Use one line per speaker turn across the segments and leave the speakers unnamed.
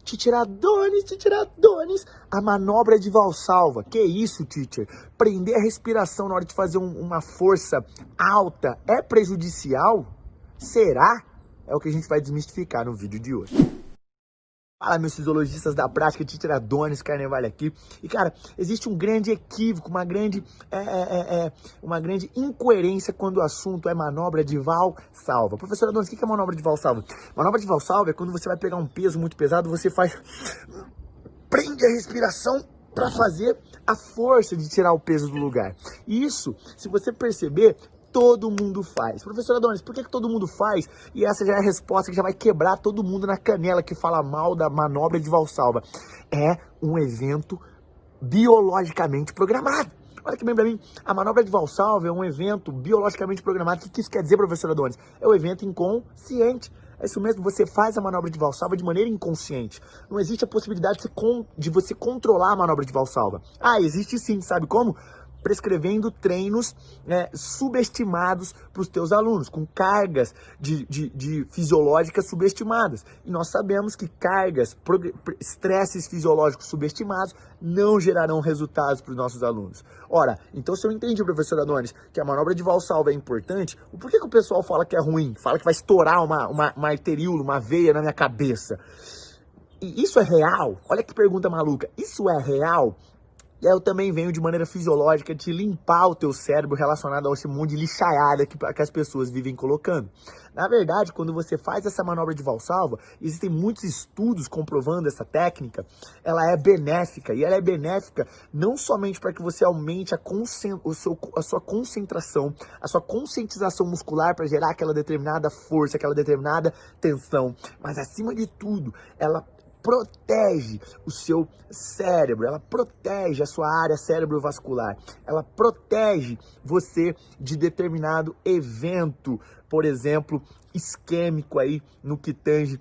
Titiradones, a manobra de Valsalva. Que isso, teacher? Prender a respiração na hora de fazer uma força alta é prejudicial? Será? É o que a gente vai desmistificar no vídeo de hoje. Fala, meus fisiologistas da prática, Titiradones, Carnevale aqui. E, cara, existe um grande equívoco, uma grande incoerência quando o assunto é manobra de Valsalva. Professor Adonis, o que é manobra de Valsalva? Manobra de Valsalva é quando você vai pegar um peso muito pesado, você prende a respiração para fazer a força de tirar o peso do lugar. E isso, se você perceber, todo mundo faz. Professor Adonis, por que todo mundo faz? E essa já é a resposta que já vai quebrar todo mundo na canela que fala mal da manobra de Valsalva. É um evento biologicamente programado. Olha que bem pra mim, a manobra de Valsalva é um evento biologicamente programado. O que isso quer dizer, professor Adonis? É um evento inconsciente. É isso mesmo, você faz a manobra de Valsalva de maneira inconsciente. Não existe a possibilidade de você controlar a manobra de Valsalva. Ah, existe sim, sabe como? Prescrevendo treinos subestimados para os teus alunos, com cargas de fisiológicas subestimadas. E nós sabemos que estresses fisiológicos subestimados não gerarão resultados para os nossos alunos. Ora, então se eu entendi, professor Adonis, que a manobra de Valsalva é importante, por que o pessoal fala que é ruim? Fala que vai estourar uma arteríola, uma veia na minha cabeça. E isso é real? Olha que pergunta maluca. Isso é real? E aí eu também venho de maneira fisiológica te limpar o teu cérebro relacionado a esse monte de lixaiada que as pessoas vivem colocando. Na verdade, quando você faz essa manobra de Valsalva, existem muitos estudos comprovando essa técnica, ela é benéfica. E ela é benéfica não somente para que você aumente a sua concentração, a sua conscientização muscular para gerar aquela determinada força, aquela determinada tensão, mas acima de tudo, ela protege o seu cérebro, ela protege a sua área cerebrovascular, ela protege você de determinado evento, por exemplo, isquêmico aí no que tange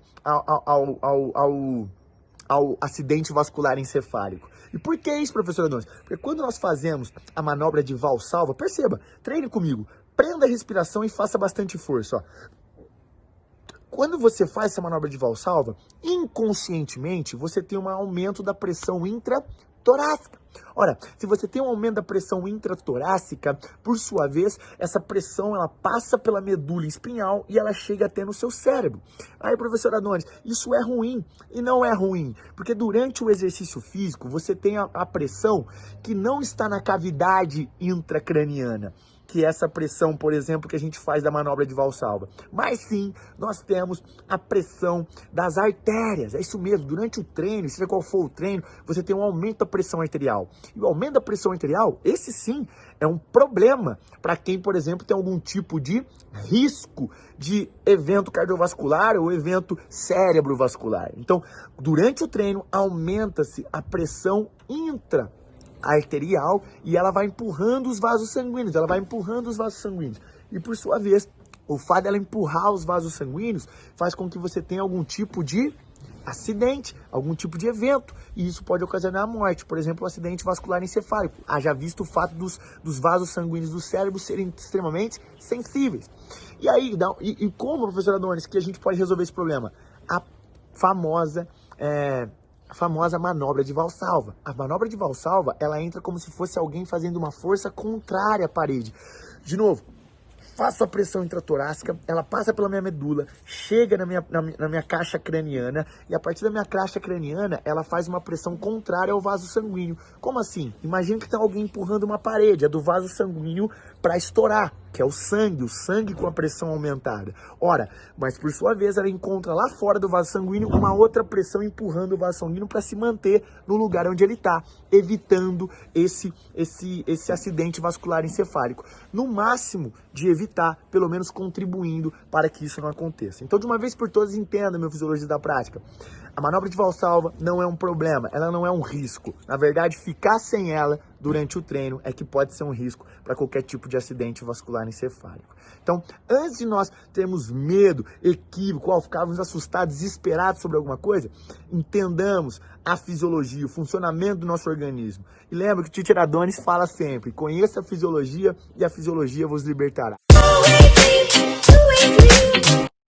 ao acidente vascular encefálico. E por que isso, professor Adonis? Porque quando nós fazemos a manobra de Valsalva, perceba, treine comigo, prenda a respiração e faça bastante força, ó. Quando você faz essa manobra de Valsalva, inconscientemente, você tem um aumento da pressão intratorácica. Ora, se você tem um aumento da pressão intratorácica, por sua vez, essa pressão ela passa pela medula espinhal e ela chega até no seu cérebro. Aí, professor Adonis, isso é ruim e não é ruim, porque durante o exercício físico, você tem a pressão que não está na cavidade intracraniana, que é essa pressão, por exemplo, que a gente faz da manobra de Valsalva. Mas sim, nós temos a pressão das artérias. É isso mesmo, durante o treino, seja qual for o treino, você tem um aumento da pressão arterial. E o aumento da pressão arterial, esse sim, é um problema para quem, por exemplo, tem algum tipo de risco de evento cardiovascular ou evento cerebrovascular. Então, durante o treino, aumenta-se a pressão arterial e ela vai empurrando os vasos sanguíneos, E por sua vez, o fato dela empurrar os vasos sanguíneos faz com que você tenha algum tipo de acidente, algum tipo de evento, e isso pode ocasionar a morte, por exemplo, o acidente vascular encefálico. Haja visto o fato dos vasos sanguíneos do cérebro serem extremamente sensíveis. E aí, como, professor Adonis, que a gente pode resolver esse problema? A famosa manobra de Valsalva. A manobra de Valsalva, ela entra como se fosse alguém fazendo uma força contrária à parede. De novo, faço a pressão intratorácica, ela passa pela minha medula, chega na minha caixa craniana, e a partir da minha caixa craniana, ela faz uma pressão contrária ao vaso sanguíneo. Como assim? Imagina que tem alguém empurrando uma parede, é do vaso sanguíneo para estourar, que é o sangue com a pressão aumentada. Ora, mas por sua vez ela encontra lá fora do vaso sanguíneo uma outra pressão empurrando o vaso sanguíneo para se manter no lugar onde ele está, evitando esse acidente vascular encefálico. No máximo de evitar, pelo menos contribuindo para que isso não aconteça. Então, de uma vez por todas, entenda, meu fisiologista da prática. A manobra de Valsalva não é um problema, ela não é um risco. Na verdade, ficar sem ela durante o treino é que pode ser um risco para qualquer tipo de acidente vascular encefálico. Então, antes de nós termos medo, equívoco, ficarmos assustados, desesperados sobre alguma coisa, entendamos a fisiologia, o funcionamento do nosso organismo. E lembra que o Titiradones fala sempre, conheça a fisiologia e a fisiologia vos libertará.